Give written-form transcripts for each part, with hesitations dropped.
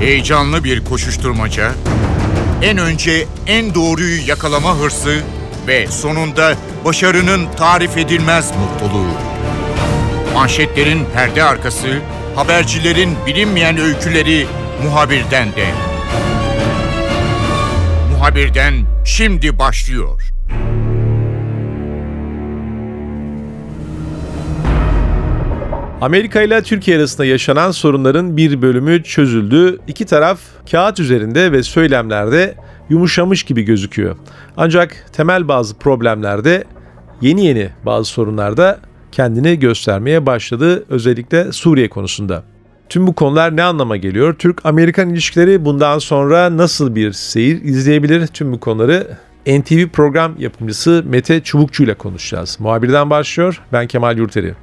Heyecanlı bir koşuşturmaca, en önce en doğruyu yakalama hırsı ve sonunda başarının tarif edilmez mutluluğu. Manşetlerin perde arkası, habercilerin bilinmeyen öyküleri Muhabir'den de. Muhabir'den şimdi başlıyor. Amerika ile Türkiye arasında yaşanan sorunların bir bölümü çözüldü. İki taraf kağıt üzerinde ve söylemlerde yumuşamış gibi gözüküyor. Ancak temel bazı problemlerde, yeni bazı sorunlarda kendini göstermeye başladı, özellikle Suriye konusunda. Tüm bu konular ne anlama geliyor? Türk-Amerikan ilişkileri bundan sonra nasıl bir seyir izleyebilir? Tüm bu konuları NTV program yapımcısı Mete Çubukçu ile konuşacağız. Muhabirden başlıyor. Ben Kemal Yurteri.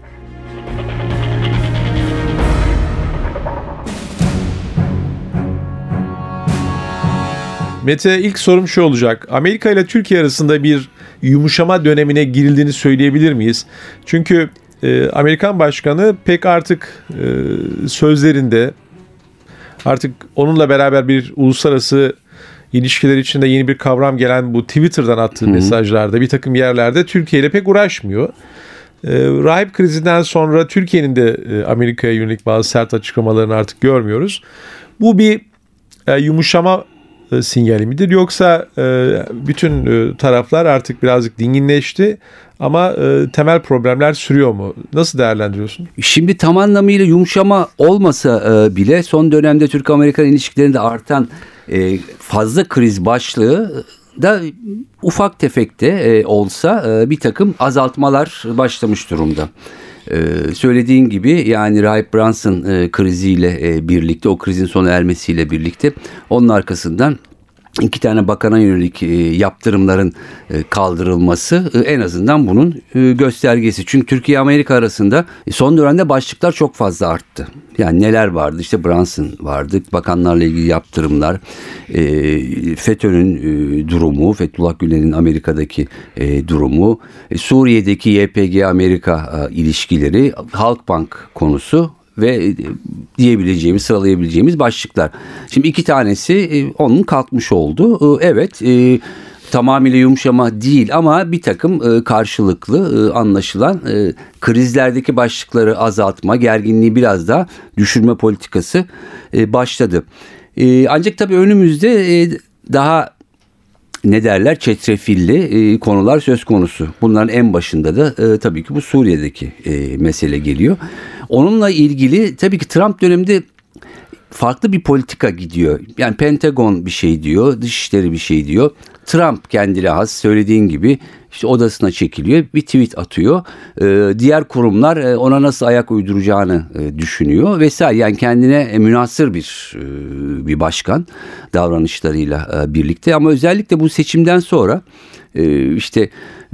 Mete, ilk sorum şu olacak. Amerika ile Türkiye arasında bir yumuşama dönemine girildiğini söyleyebilir miyiz? Çünkü Amerikan Başkanı pek artık sözlerinde, artık onunla beraber bir uluslararası ilişkiler içinde yeni bir kavram gelen bu Twitter'dan attığı mesajlarda bir takım yerlerde Türkiye ile pek uğraşmıyor. Rahip krizinden sonra Türkiye'nin de Amerika'ya yönelik bazı sert açıklamalarını artık görmüyoruz. Bu bir yumuşama sinyali midir? Yoksa bütün taraflar artık birazcık dinginleşti ama temel problemler sürüyor mu? Nasıl değerlendiriyorsun? Şimdi tam anlamıyla yumuşama olmasa bile son dönemde Türk-Amerikan ilişkilerinde artan fazla kriz başlığı da ufak tefek de olsa bir takım azaltmalar başlamış durumda. Söylediğin gibi yani Rahip Brunson kriziyle birlikte, o krizin sona ermesiyle birlikte onun arkasından 2 tane bakana yönelik yaptırımların kaldırılması en azından bunun göstergesi. Çünkü Türkiye-Amerika arasında son dönemde başlıklar çok fazla arttı. Yani neler vardı? İşte Brunson vardı, bakanlarla ilgili yaptırımlar, FETÖ'nün durumu, Fethullah Gülen'in Amerika'daki durumu, Suriye'deki YPG-Amerika ilişkileri, Halkbank konusu ve sıralayabileceğimiz başlıklar. Şimdi 2 tanesi onun kalkmış oldu. Evet, tamamıyla yumuşama değil ama bir takım karşılıklı anlaşılan krizlerdeki başlıkları azaltma, gerginliği biraz daha düşürme politikası başladı. Ancak tabii önümüzde daha çetrefilli konular söz konusu. Bunların en başında da tabii ki bu Suriye'deki mesele geliyor. Onunla ilgili tabii ki Trump döneminde farklı bir politika gidiyor. Yani Pentagon bir şey diyor, Dışişleri bir şey diyor. Trump kendine has, söylediğin gibi işte odasına çekiliyor, bir tweet atıyor. Diğer kurumlar ona nasıl ayak uyduracağını düşünüyor vesaire. Yani kendine münhasır bir başkan davranışlarıyla birlikte. Ama özellikle bu seçimden sonra işte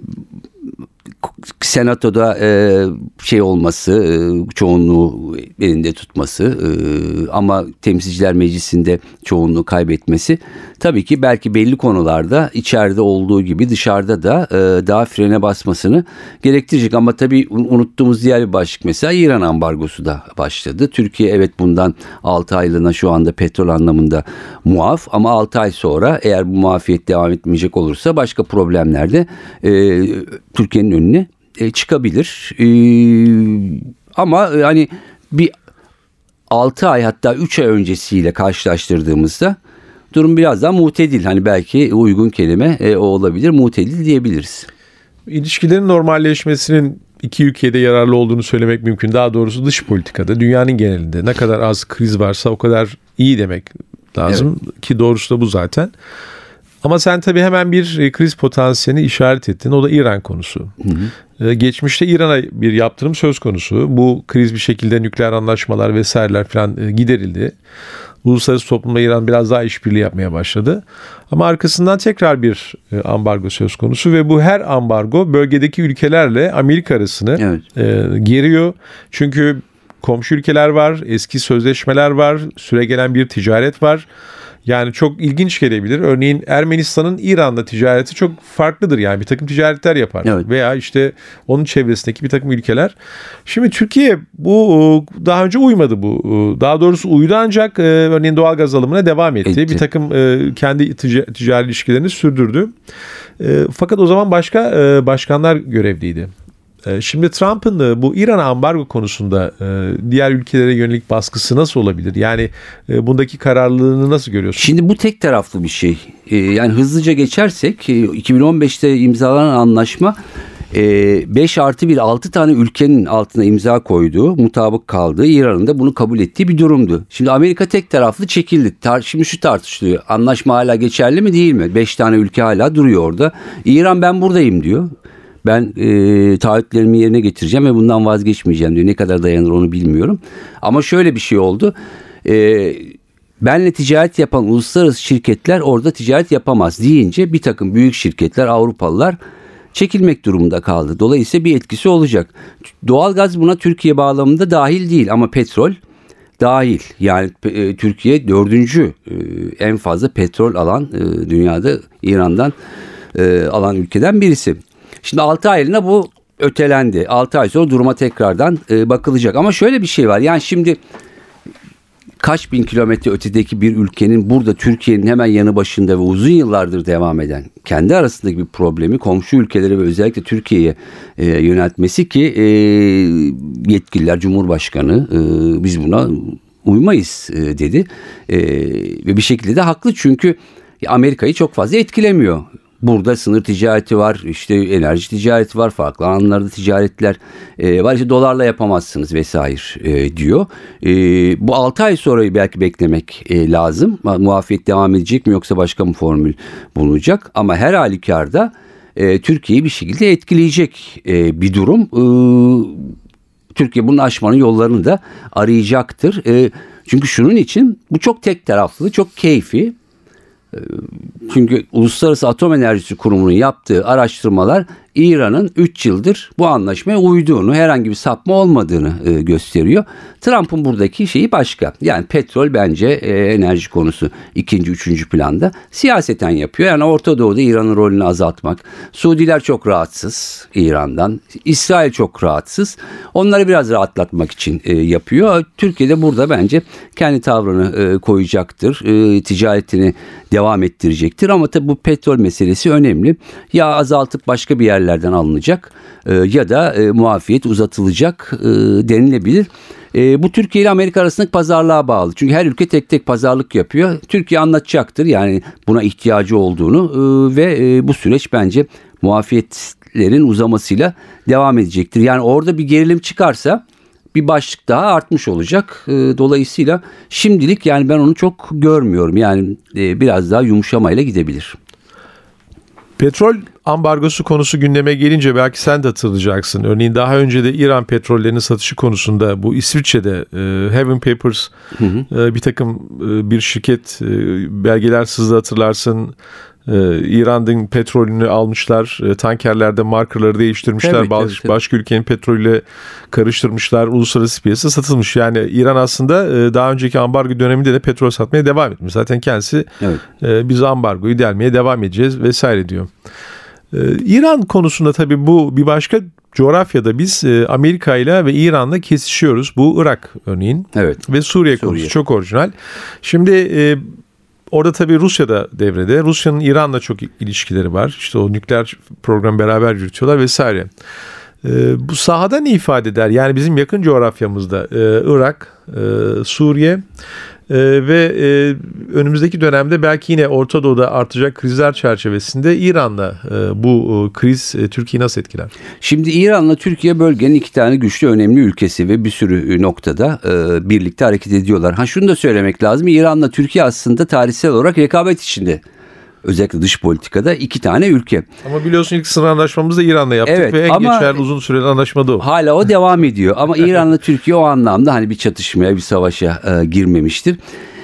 Senato'da olması, çoğunluğu elinde tutması ama Temsilciler Meclisi'nde çoğunluğu kaybetmesi tabii ki belki belli konularda içeride olduğu gibi dışarıda da daha frene basmasını gerektirecek. Ama tabii unuttuğumuz diğer bir başlık mesela İran ambargosu da başladı. Türkiye evet bundan 6 aylığına şu anda petrol anlamında muaf ama 6 ay sonra eğer bu muafiyet devam etmeyecek olursa başka problemler de Türkiye'nin önüne çıkabilir. Ama hani bir 6 ay hatta 3 ay öncesiyle karşılaştırdığımızda durum biraz daha mutedil. Hani belki uygun kelime o olabilir. Mutedil diyebiliriz. İlişkilerin normalleşmesinin iki ülkeye de yararlı olduğunu söylemek mümkün. Daha doğrusu dış politikada, dünyanın genelinde ne kadar az kriz varsa o kadar iyi demek lazım. Evet. Ki doğrusu da bu zaten. Ama sen tabii hemen bir kriz potansiyelini işaret ettin. O da İran konusu. Geçmişte İran'a bir yaptırım söz konusu. Bu kriz bir şekilde nükleer anlaşmalar vesaireler falan giderildi. Uluslararası toplumda İran biraz daha işbirliği yapmaya başladı. Ama arkasından tekrar bir ambargo söz konusu ve bu her ambargo bölgedeki ülkelerle Amerika arasını geriyor. Çünkü komşu ülkeler var, eski sözleşmeler var, süregelen bir ticaret var. Yani çok ilginç gelebilir. Örneğin Ermenistan'ın İran'la ticareti çok farklıdır. Yani bir takım ticaretler yapar. Evet. Veya işte onun çevresindeki bir takım ülkeler. Şimdi Türkiye bu daha önce uymadı bu. Daha doğrusu uydu ancak örneğin doğalgaz alımına devam etti. Bir takım kendi ticari ilişkilerini sürdürdü. Fakat o zaman başka başkanlar görevliydi. Şimdi Trump'ın bu İran ambargo konusunda diğer ülkelere yönelik baskısı nasıl olabilir? Yani bundaki kararlılığını nasıl görüyorsun? Şimdi bu tek taraflı bir şey. Yani hızlıca geçersek 2015'te imzalanan anlaşma 5+1 6 tane ülkenin altına imza koyduğu, mutabık kaldığı, İran'ın da bunu kabul ettiği bir durumdu. Şimdi Amerika tek taraflı çekildi. Şimdi şu tartışılıyor. Anlaşma hala geçerli mi değil mi? 5 tane ülke hala duruyor orada. İran ben buradayım diyor. Ben taahhütlerimi yerine getireceğim ve bundan vazgeçmeyeceğim diyor. Ne kadar dayanır onu bilmiyorum. Ama şöyle bir şey oldu. Benle ticaret yapan uluslararası şirketler orada ticaret yapamaz deyince bir takım büyük şirketler, Avrupalılar çekilmek durumunda kaldı. Dolayısıyla bir etkisi olacak. Doğalgaz buna Türkiye bağlamında dahil değil ama petrol dahil. Yani Türkiye 4. en fazla petrol alan dünyada İran'dan alan ülkeden birisi. Şimdi 6 aylığına bu ötelendi. 6 ay sonra duruma tekrardan bakılacak. Ama şöyle bir şey var. Yani şimdi kaç bin kilometre ötedeki bir ülkenin burada Türkiye'nin hemen yanı başında ve uzun yıllardır devam eden kendi arasındaki bir problemi komşu ülkelere ve özellikle Türkiye'ye yöneltmesi ki yetkililer, Cumhurbaşkanı biz buna uymayız dedi. Ve bir şekilde de haklı çünkü Amerika'yı çok fazla etkilemiyor. Burada sınır ticareti var, işte enerji ticareti var, farklı alanlarda ticaretler var. İşte dolarla yapamazsınız vesaire diyor. Bu 6 ay sonrayı belki beklemek lazım. Muafiyet devam edecek mi yoksa başka mı formül bulunacak? Ama her halükarda Türkiye'yi bir şekilde etkileyecek bir durum. Türkiye bunun aşmanın yollarını da arayacaktır. Çünkü şunun için bu çok tek taraflı, çok keyfi. Çünkü Uluslararası Atom Enerjisi Kurumu'nun yaptığı araştırmalar İran'ın 3 yıldır bu anlaşmaya uyduğunu, herhangi bir sapma olmadığını gösteriyor. Trump'ın buradaki şeyi başka. Yani petrol bence enerji konusu 2. 3. planda. Siyaseten yapıyor. Yani Orta Doğu'da İran'ın rolünü azaltmak. Suudiler çok rahatsız İran'dan. İsrail çok rahatsız. Onları biraz rahatlatmak için yapıyor. Türkiye'de burada bence kendi tavrını koyacaktır. Ticaretini devam ettirecektir. Ama tabii bu petrol meselesi önemli. Ya azaltıp başka bir yerlerden alınacak ya da muafiyet uzatılacak denilebilir. Bu Türkiye ile Amerika arasındaki pazarlığa bağlı. Çünkü her ülke tek tek pazarlık yapıyor. Türkiye anlatacaktır yani buna ihtiyacı olduğunu ve bu süreç bence muafiyetlerin uzamasıyla devam edecektir. Yani orada bir gerilim çıkarsa bir başlık daha artmış olacak. Dolayısıyla şimdilik yani ben onu çok görmüyorum. Yani biraz daha yumuşamayla gidebilir. Petrol ambargosu konusu gündeme gelince belki sen de hatırlayacaksın. Örneğin daha önce de İran petrollerinin satışı konusunda bu İsviçre'de Heaven Papers bir takım bir şirket belgeler sızdı hatırlarsın. İran'ın petrolünü almışlar, tankerlerde markaları değiştirmişler, evet. Başka ülkenin petrolüyle karıştırmışlar, uluslararası piyasa satılmış. Yani İran aslında daha önceki ambargo döneminde de petrol satmaya devam etmiş. Zaten kendisi biz ambargoyu delmeye devam edeceğiz vesaire diyor. İran konusunda tabii bu bir başka coğrafyada biz Amerika ile ve İran'la kesişiyoruz. Bu Irak örneğin ve Suriye konusu çok orijinal. Şimdi orada tabii Rusya da devrede. Rusya'nın İran'la çok ilişkileri var. İşte o nükleer programı beraber yürütüyorlar vesaire. Bu sahada ne ifade eder? Yani bizim yakın coğrafyamızda Irak, Suriye ve önümüzdeki dönemde belki yine Orta Doğu'da artacak krizler çerçevesinde İran'la bu kriz Türkiye'yi nasıl etkiler? Şimdi İran'la Türkiye bölgenin 2 tane güçlü önemli ülkesi ve bir sürü noktada birlikte hareket ediyorlar. Şunu da söylemek lazım. İran'la Türkiye aslında tarihsel olarak rekabet içinde. Özellikle dış politikada 2 tane ülke. Ama biliyorsun ilk sınır anlaşmamızı da İran'la yaptık ve en geçerli uzun süreli anlaşma da o. Hala o devam ediyor ama İran'la Türkiye o anlamda hani bir çatışmaya, bir savaşa girmemiştir.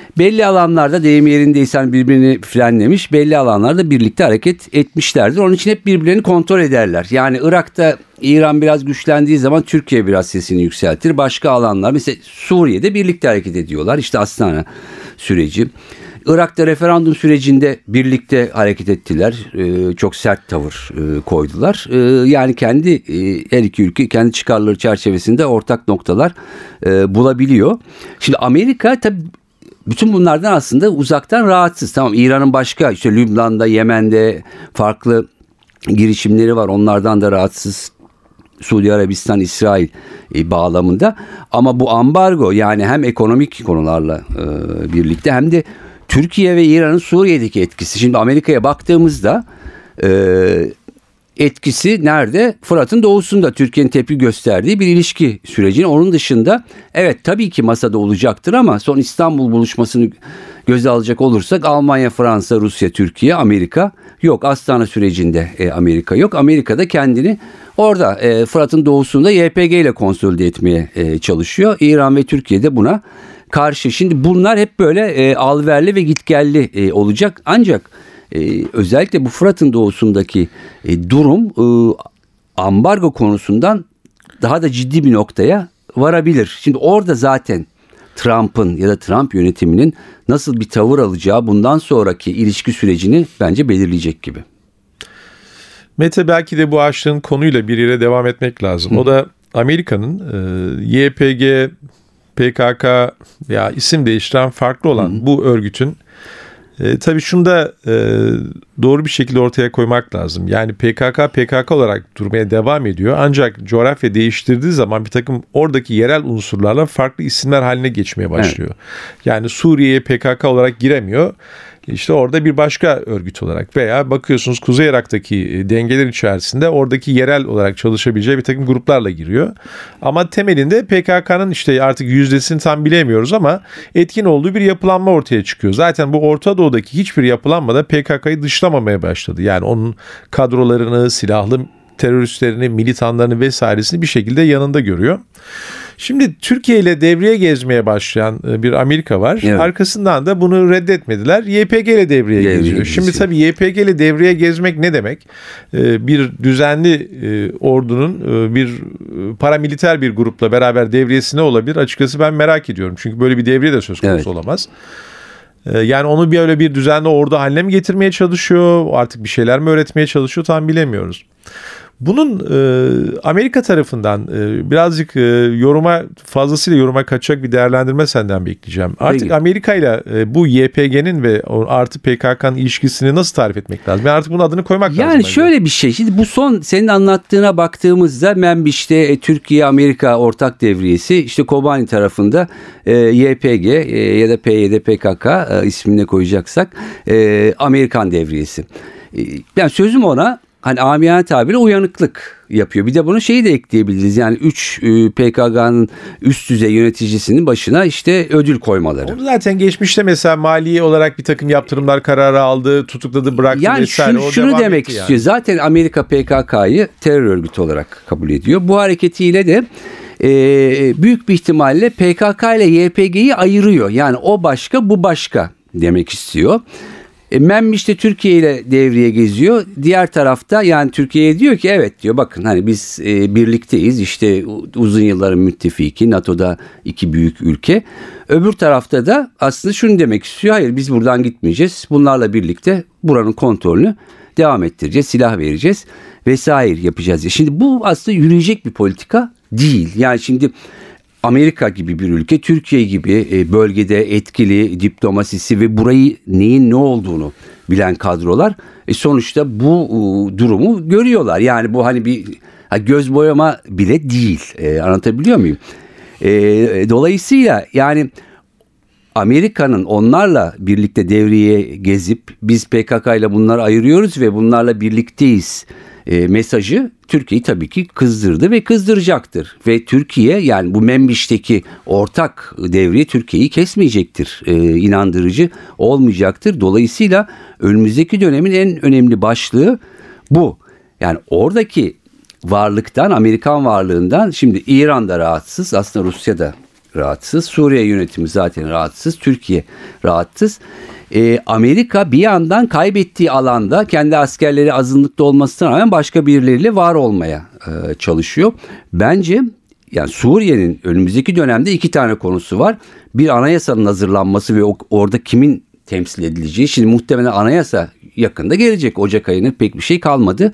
belli alanlarda deyim yerindeysen birbirini frenlemiş, belli alanlarda birlikte hareket etmişlerdir. Onun için hep birbirlerini kontrol ederler. Yani Irak'ta İran biraz güçlendiği zaman Türkiye biraz sesini yükseltir. Başka alanlar mesela Suriye'de birlikte hareket ediyorlar. İşte Astana süreci. Irak'ta referandum sürecinde birlikte hareket ettiler. Çok sert tavır koydular. Yani her iki ülke kendi çıkarları çerçevesinde ortak noktalar bulabiliyor. Şimdi Amerika tabii bütün bunlardan aslında uzaktan rahatsız. Tamam, İran'ın başka işte Lübnan'da, Yemen'de farklı girişimleri var. Onlardan da rahatsız. Suudi Arabistan, İsrail bağlamında. Ama bu ambargo, yani hem ekonomik konularla birlikte hem de Türkiye ve İran'ın Suriye'deki etkisi. Şimdi Amerika'ya baktığımızda etkisi nerede? Fırat'ın doğusunda Türkiye'nin tepki gösterdiği bir ilişki sürecini. Onun dışında evet tabii ki masada olacaktır ama son İstanbul buluşmasını göze alacak olursak Almanya, Fransa, Rusya, Türkiye, Amerika yok. Astana sürecinde Amerika yok. Amerika da kendini orada Fırat'ın doğusunda YPG ile konsolide etmeye çalışıyor. İran ve Türkiye de buna karşı. Şimdi bunlar hep böyle alverli ve gitgelli olacak. Ancak özellikle bu Fırat'ın doğusundaki durum ambargo konusundan daha da ciddi bir noktaya varabilir. Şimdi orada zaten Trump'ın ya da Trump yönetiminin nasıl bir tavır alacağı bundan sonraki ilişki sürecini bence belirleyecek gibi. Mete, belki de bu açtığın konuyla bir yere devam etmek lazım. O da Amerika'nın YPG, PKK ya isim değiştiren farklı olan bu örgütün tabii şunu da doğru bir şekilde ortaya koymak lazım. Yani PKK olarak durmaya devam ediyor. Ancak coğrafya değiştirdiği zaman bir takım oradaki yerel unsurlarla farklı isimler haline geçmeye başlıyor. Evet. Yani Suriye'ye PKK olarak giremiyor. İşte orada bir başka örgüt olarak veya bakıyorsunuz Kuzey Irak'taki dengeler içerisinde oradaki yerel olarak çalışabileceği bir takım gruplarla giriyor. Ama temelinde PKK'nın işte artık yüzdesini tam bilemiyoruz ama etkin olduğu bir yapılanma ortaya çıkıyor. Zaten bu Orta Doğu'daki hiçbir yapılanmada PKK'yı dışlamamaya başladı. Yani onun kadrolarını, silahlı teröristlerini, militanlarını vesairesini bir şekilde yanında görüyor. Şimdi Türkiye ile devreye gezmeye başlayan bir Amerika var. Evet. Arkasından da bunu reddetmediler. YPG ile devreye geziyor. Şimdi tabii YPG ile devreye gezmek ne demek? Bir düzenli ordunun bir paramiliter bir grupla beraber devriyesi ne olabilir? Açıkçası ben merak ediyorum. Çünkü böyle bir devriye de söz konusu olamaz. Yani onu böyle bir düzenli ordu haline mi getirmeye çalışıyor? Artık bir şeyler mi öğretmeye çalışıyor? Tam bilemiyoruz. Bunun Amerika tarafından birazcık fazlasıyla yoruma kaçacak bir değerlendirme senden bekleyeceğim. Artık peki, Amerika ile bu YPG'nin ve artı PKK'nın ilişkisini nasıl tarif etmek lazım? Yani artık bunun adını koymak lazım. Yani şöyle bir şey. Şimdi bu son senin anlattığına baktığımızda Menbiş'te Türkiye-Amerika ortak devriyesi, işte Kobani tarafında YPG ya da PYD PKK ismini koyacaksak Amerikan devriyesi. Yani sözüm ona hani amiyane tabiriyle uyanıklık yapıyor. Bir de bunu şeyi de ekleyebiliriz. Yani 3 PKK'nın üst düzey yöneticisinin başına işte ödül koymaları. Onu zaten geçmişte mesela mali olarak bir takım yaptırımlar kararı aldı, tutukladı, bıraktı yani vesaire. Şunu demek istiyor. Yani. Zaten Amerika PKK'yı terör örgütü olarak kabul ediyor. Bu hareketiyle de büyük bir ihtimalle PKK ile YPG'yi ayırıyor. Yani o başka, bu başka demek istiyor. Menbiş'te Türkiye ile devreye geziyor. Diğer tarafta yani Türkiye'ye diyor ki evet diyor, bakın hani biz birlikteyiz, işte uzun yılların müttefiki, NATO'da iki büyük ülke. Öbür tarafta da aslında şunu demek istiyor, hayır biz buradan gitmeyeceğiz, bunlarla birlikte buranın kontrolünü devam ettireceğiz, silah vereceğiz vesaire yapacağız. Şimdi bu aslında yürüyecek bir politika değil. Yani şimdi Amerika gibi bir ülke, Türkiye gibi bölgede etkili diplomasisi ve burayı neyin ne olduğunu bilen kadrolar sonuçta bu durumu görüyorlar. Yani bu hani bir göz boyama bile değil. Anlatabiliyor muyum? Dolayısıyla yani Amerika'nın onlarla birlikte devreye gezip biz PKK ile bunları ayırıyoruz ve bunlarla birlikteyiz mesajı Türkiye'yi tabii ki kızdırdı ve kızdıracaktır. Ve Türkiye, yani bu Menbiş'teki ortak devriye Türkiye'yi kesmeyecektir. İnandırıcı olmayacaktır. Dolayısıyla önümüzdeki dönemin en önemli başlığı bu. Yani oradaki varlıktan, Amerikan varlığından, şimdi İran da rahatsız, aslında Rusya da rahatsız. Suriye yönetimi zaten rahatsız. Türkiye rahatsız. Amerika bir yandan kaybettiği alanda kendi askerleri azınlıkta olmasına rağmen başka birileriyle var olmaya çalışıyor. Bence yani Suriye'nin önümüzdeki dönemde 2 tane konusu var. Bir, anayasanın hazırlanması ve orada kimin temsil edileceği. Şimdi muhtemelen anayasa yakında gelecek. Ocak ayının pek bir şey kalmadı.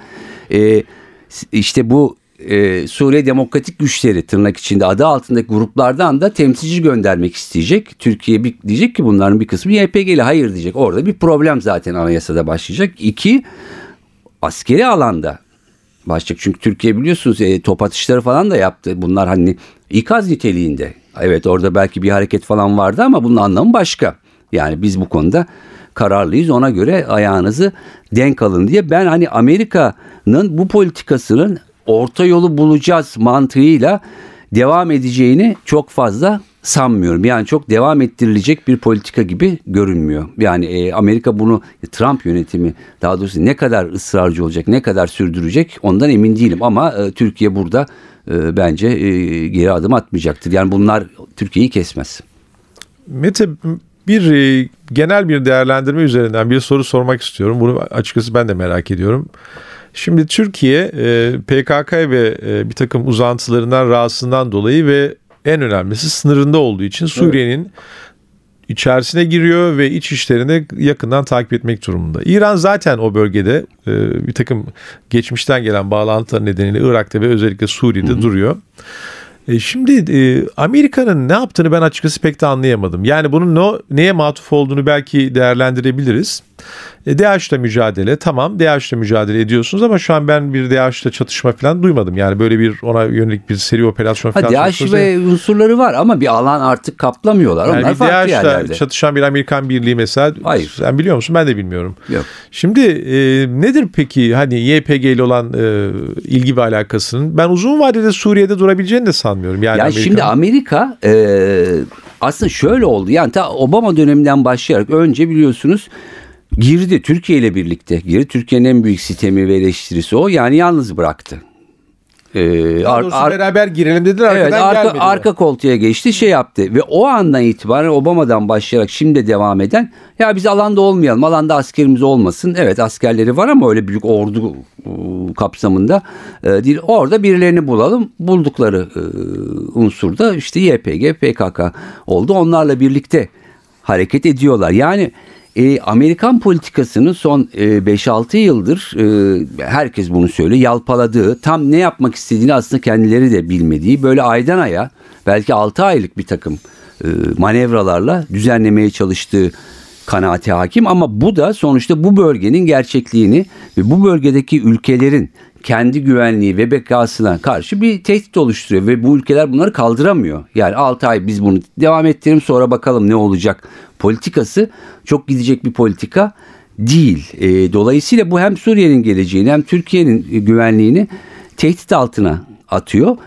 İşte bu Suriye Demokratik Güçleri tırnak içinde adı altındaki gruplardan da temsilci göndermek isteyecek. Türkiye diyecek ki bunların bir kısmı YPG'li, hayır diyecek. Orada bir problem zaten anayasada başlayacak. 2, askeri alanda başlayacak. Çünkü Türkiye biliyorsunuz top atışları falan da yaptı. Bunlar hani ikaz niteliğinde. Evet, orada belki bir hareket falan vardı ama bunun anlamı başka. Yani biz bu konuda kararlıyız, ona göre ayağınızı denk alın diye. Ben hani Amerika'nın bu politikasının orta yolu bulacağız mantığıyla devam edeceğini çok fazla sanmıyorum. Yani çok devam ettirilecek bir politika gibi görünmüyor. Yani Amerika bunu, Trump yönetimi daha doğrusu ne kadar ısrarcı olacak, ne kadar sürdürecek ondan emin değilim. Ama Türkiye burada bence geri adım atmayacaktır. Yani bunlar Türkiye'yi kesmez. Mete, genel bir değerlendirme üzerinden bir soru sormak istiyorum. Bunu açıkçası ben de merak ediyorum. Şimdi Türkiye PKK ve bir takım uzantılarından, rahatsızlığından dolayı ve en önemlisi sınırında olduğu için Suriye'nin içerisine giriyor ve iç işlerini yakından takip etmek durumunda. İran zaten o bölgede bir takım geçmişten gelen bağlantılar nedeniyle Irak'ta ve özellikle Suriye'de duruyor. Şimdi Amerika'nın ne yaptığını ben açıkçası pek de anlayamadım. Yani bunun neye matuf olduğunu belki değerlendirebiliriz. DAEŞ'le mücadele, tamam, DAEŞ'le mücadele ediyorsunuz ama şu an ben bir DAEŞ'le çatışma falan duymadım. Yani böyle bir ona yönelik bir seri operasyon falan. DAEŞ ve unsurları var ama bir alan artık kaplamıyorlar. Yani onlar farklı yerlerde. DAEŞ'le çatışan bir Amerikan birliği mesela. Hayır. Sen biliyor musun? Ben de bilmiyorum. Yok. Şimdi nedir peki hani YPG ile olan ilgi ve alakasının? Ben uzun vadede Suriye'de durabileceğini de sanmıyorum. Yani şimdi Amerika aslında şöyle oldu. Yani ta Obama döneminden başlayarak önce biliyorsunuz girdi, Türkiye ile birlikte girdi. Türkiye'nin en büyük sitemi ve eleştirisi o. Yani yalnız bıraktı. Beraber girelim dediler, arkadan gelmediler. Arka koltuğa geçti, şey yaptı ve o andan itibaren Obama'dan başlayarak şimdi devam eden, ya biz alanda olmayalım, alanda askerimiz olmasın. Evet, askerleri var ama öyle büyük ordu kapsamında değil. Orada birilerini bulalım. Buldukları unsurda işte YPG, PKK oldu. Onlarla birlikte hareket ediyorlar. Yani Amerikan politikasının son 5-6 yıldır herkes bunu söylüyor, yalpaladığı, tam ne yapmak istediğini aslında kendileri de bilmediği, böyle aydan aya belki 6 aylık bir takım manevralarla düzenlemeye çalıştığı kanaati hakim. Ama bu da sonuçta bu bölgenin gerçekliğini ve bu bölgedeki ülkelerin kendi güvenliği ve bekasına karşı bir tehdit oluşturuyor ve bu ülkeler bunları kaldıramıyor. Yani 6 ay biz bunu devam ettirelim, sonra bakalım ne olacak politikası çok gidecek bir politika değil. Dolayısıyla bu hem Suriye'nin geleceğini hem Türkiye'nin güvenliğini tehdit altına atıyor.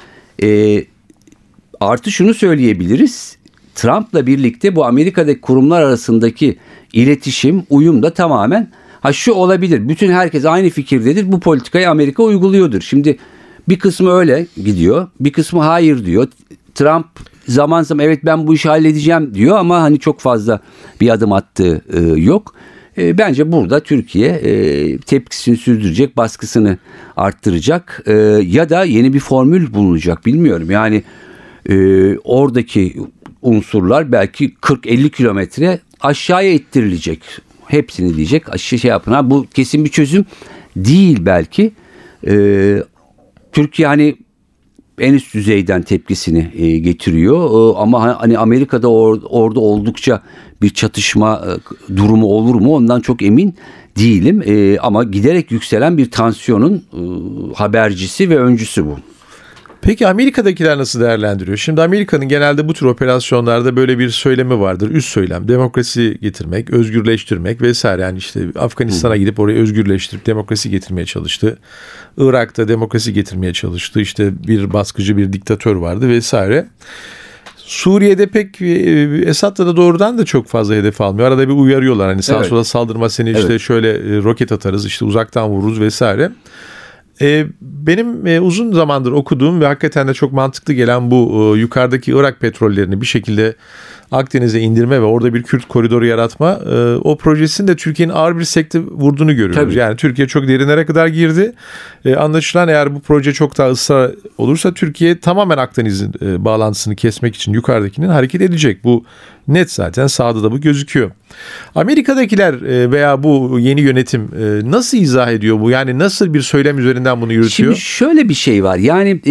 Artı şunu söyleyebiliriz. Trump'la birlikte bu Amerika'daki kurumlar arasındaki iletişim, uyum da tamamen şu olabilir. Bütün herkes aynı fikirdedir. Bu politikayı Amerika uyguluyordur. Şimdi bir kısmı öyle gidiyor. Bir kısmı hayır diyor. Trump zaman zaman evet ben bu işi halledeceğim diyor ama hani çok fazla bir adım attığı yok. Bence burada Türkiye tepkisini sürdürecek, baskısını arttıracak ya da yeni bir formül bulunacak, bilmiyorum. Yani oradaki unsurlar belki 40-50 kilometre aşağıya ittirilecek. Hepsini diyecek, şey yapın. Bu kesin bir çözüm değil belki. Türkiye hani en üst düzeyden tepkisini getiriyor. Ama hani Amerika'da orada oldukça bir çatışma durumu olur mu ondan çok emin değilim. Ama giderek yükselen bir tansiyonun habercisi ve öncüsü bu. Peki Amerika'dakiler nasıl değerlendiriyor? Şimdi Amerika'nın genelde bu tür operasyonlarda böyle bir söylemi vardır. Üst söylem, demokrasi getirmek, özgürleştirmek vesaire. Yani işte Afganistan'a gidip orayı özgürleştirip demokrasi getirmeye çalıştı. Irak'ta demokrasi getirmeye çalıştı. İşte bir baskıcı, bir diktatör vardı vesaire. Suriye'de pek Esad'la da doğrudan da çok fazla hedef almıyor. Arada bir uyarıyorlar. Hani sağa sola saldırma, seni işte şöyle roket atarız, işte uzaktan vururuz vesaire. Benim uzun zamandır okuduğum ve hakikaten de çok mantıklı gelen bu yukarıdaki Irak petrollerini bir şekilde Akdeniz'e indirme ve orada bir Kürt koridoru yaratma, o projesinin de Türkiye'nin ağır bir sekte vurduğunu görüyoruz. Tabii. Yani Türkiye çok derinlere kadar girdi. Anlaşılan eğer bu proje çok daha ısrar olursa Türkiye tamamen Akdeniz'in bağlantısını kesmek için yukarıdakinin hareket edecek. Bu net, zaten sahada da bu gözüküyor. Amerika'dakiler veya bu yeni yönetim nasıl izah ediyor bu? Yani nasıl bir söylem üzerinden bunu yürütüyor? Şimdi şöyle bir şey var. Yani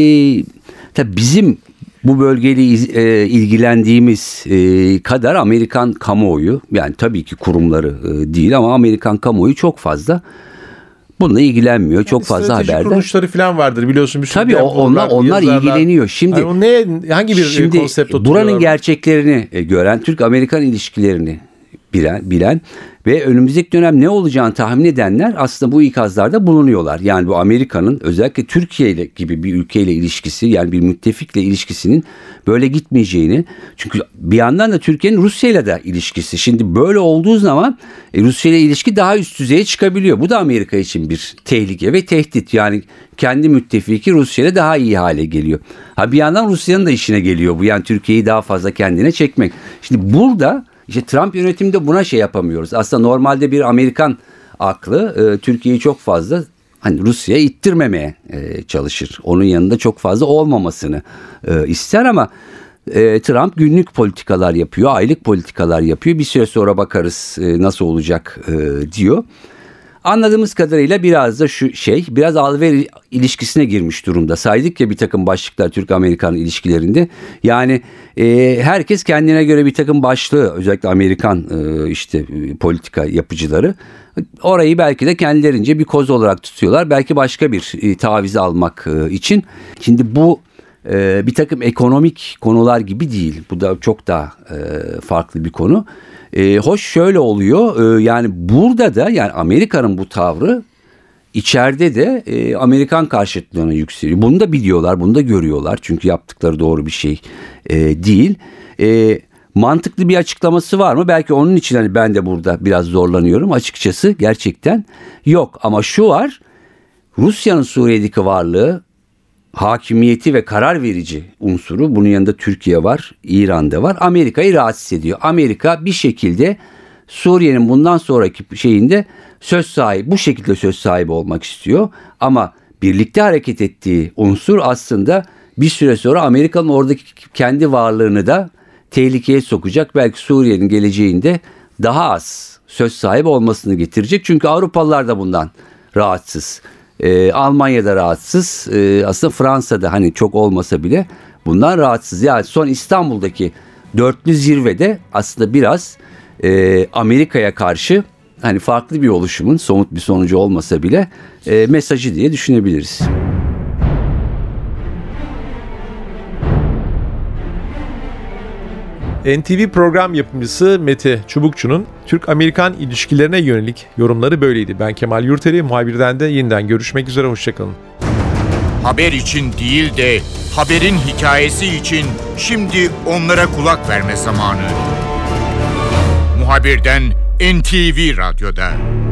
tabii bizim bu bölgeyle ilgilendiğimiz kadar Amerikan kamuoyu, yani tabii ki kurumları değil ama Amerikan kamuoyu çok fazla bununla ilgilenmiyor. Yani çok fazla haberde. Strateji kuruluşları falan vardır biliyorsun. Tabii onlar ilgileniyor. Şimdi yani hangi bir konsept oturuyor? Buranın gerçeklerini gören, Türk-Amerikan ilişkilerini bilen ve önümüzdeki dönem ne olacağını tahmin edenler aslında bu ikazlarda bulunuyorlar. Yani bu Amerika'nın özellikle Türkiye gibi bir ülkeyle ilişkisi, yani bir müttefikle ilişkisinin böyle gitmeyeceğini, çünkü bir yandan da Türkiye'nin Rusya'yla da ilişkisi. Şimdi böyle olduğu zaman Rusya'yla ilişki daha üst düzeye çıkabiliyor. Bu da Amerika için bir tehlike ve tehdit. Yani kendi müttefiki Rusya'yla daha iyi hale geliyor. Bir yandan Rusya'nın da işine geliyor bu. Yani Türkiye'yi daha fazla kendine çekmek. Şimdi burada İşte Trump yönetiminde buna yapamıyoruz. Aslında normalde bir Amerikan aklı Türkiye'yi çok fazla Rusya'ya ittirmemeye çalışır. Onun yanında çok fazla olmamasını ister ama Trump günlük politikalar yapıyor, aylık politikalar yapıyor. Bir süre sonra bakarız nasıl olacak diyor. Anladığımız kadarıyla biraz da biraz al-ver ilişkisine girmiş durumda. Saydık ya bir takım başlıklar Türk-Amerikan ilişkilerinde. Yani herkes kendine göre bir takım başlığı, özellikle Amerikan politika yapıcıları orayı belki de kendilerince bir koz olarak tutuyorlar. Belki başka bir taviz almak için. Şimdi bu bir takım ekonomik konular gibi değil. Bu da çok daha farklı bir konu. Hoş şöyle oluyor, yani burada da yani Amerika'nın bu tavrı içeride de Amerikan karşıtlığına yükseliyor. Bunu da biliyorlar, bunu da görüyorlar çünkü yaptıkları doğru bir şey değil. Mantıklı bir açıklaması var mı? Belki onun için ben de burada biraz zorlanıyorum açıkçası, gerçekten yok. Ama şu var, Rusya'nın Suriye'deki varlığı, hakimiyeti ve karar verici unsuru, bunun yanında Türkiye var, İran'da var, Amerika'yı rahatsız ediyor. Amerika bir şekilde Suriye'nin bundan sonraki şeyinde bu şekilde söz sahibi olmak istiyor. Ama birlikte hareket ettiği unsur aslında bir süre sonra Amerika'nın oradaki kendi varlığını da tehlikeye sokacak. Belki Suriye'nin geleceğinde daha az söz sahibi olmasını getirecek. Çünkü Avrupalılar da bundan rahatsız. Almanya'da rahatsız, aslında Fransa'da çok olmasa bile bundan rahatsız. Yani son İstanbul'daki dörtlü zirvede aslında biraz Amerika'ya karşı farklı bir oluşumun somut bir sonucu olmasa bile mesajı diye düşünebiliriz. NTV program yapımcısı Mete Çubukçu'nun Türk-Amerikan ilişkilerine yönelik yorumları böyleydi. Ben Kemal Yurteri, muhabirden de yeniden görüşmek üzere, hoşçakalın. Haber için değil de haberin hikayesi için şimdi onlara kulak verme zamanı. Muhabirden NTV Radyo'da.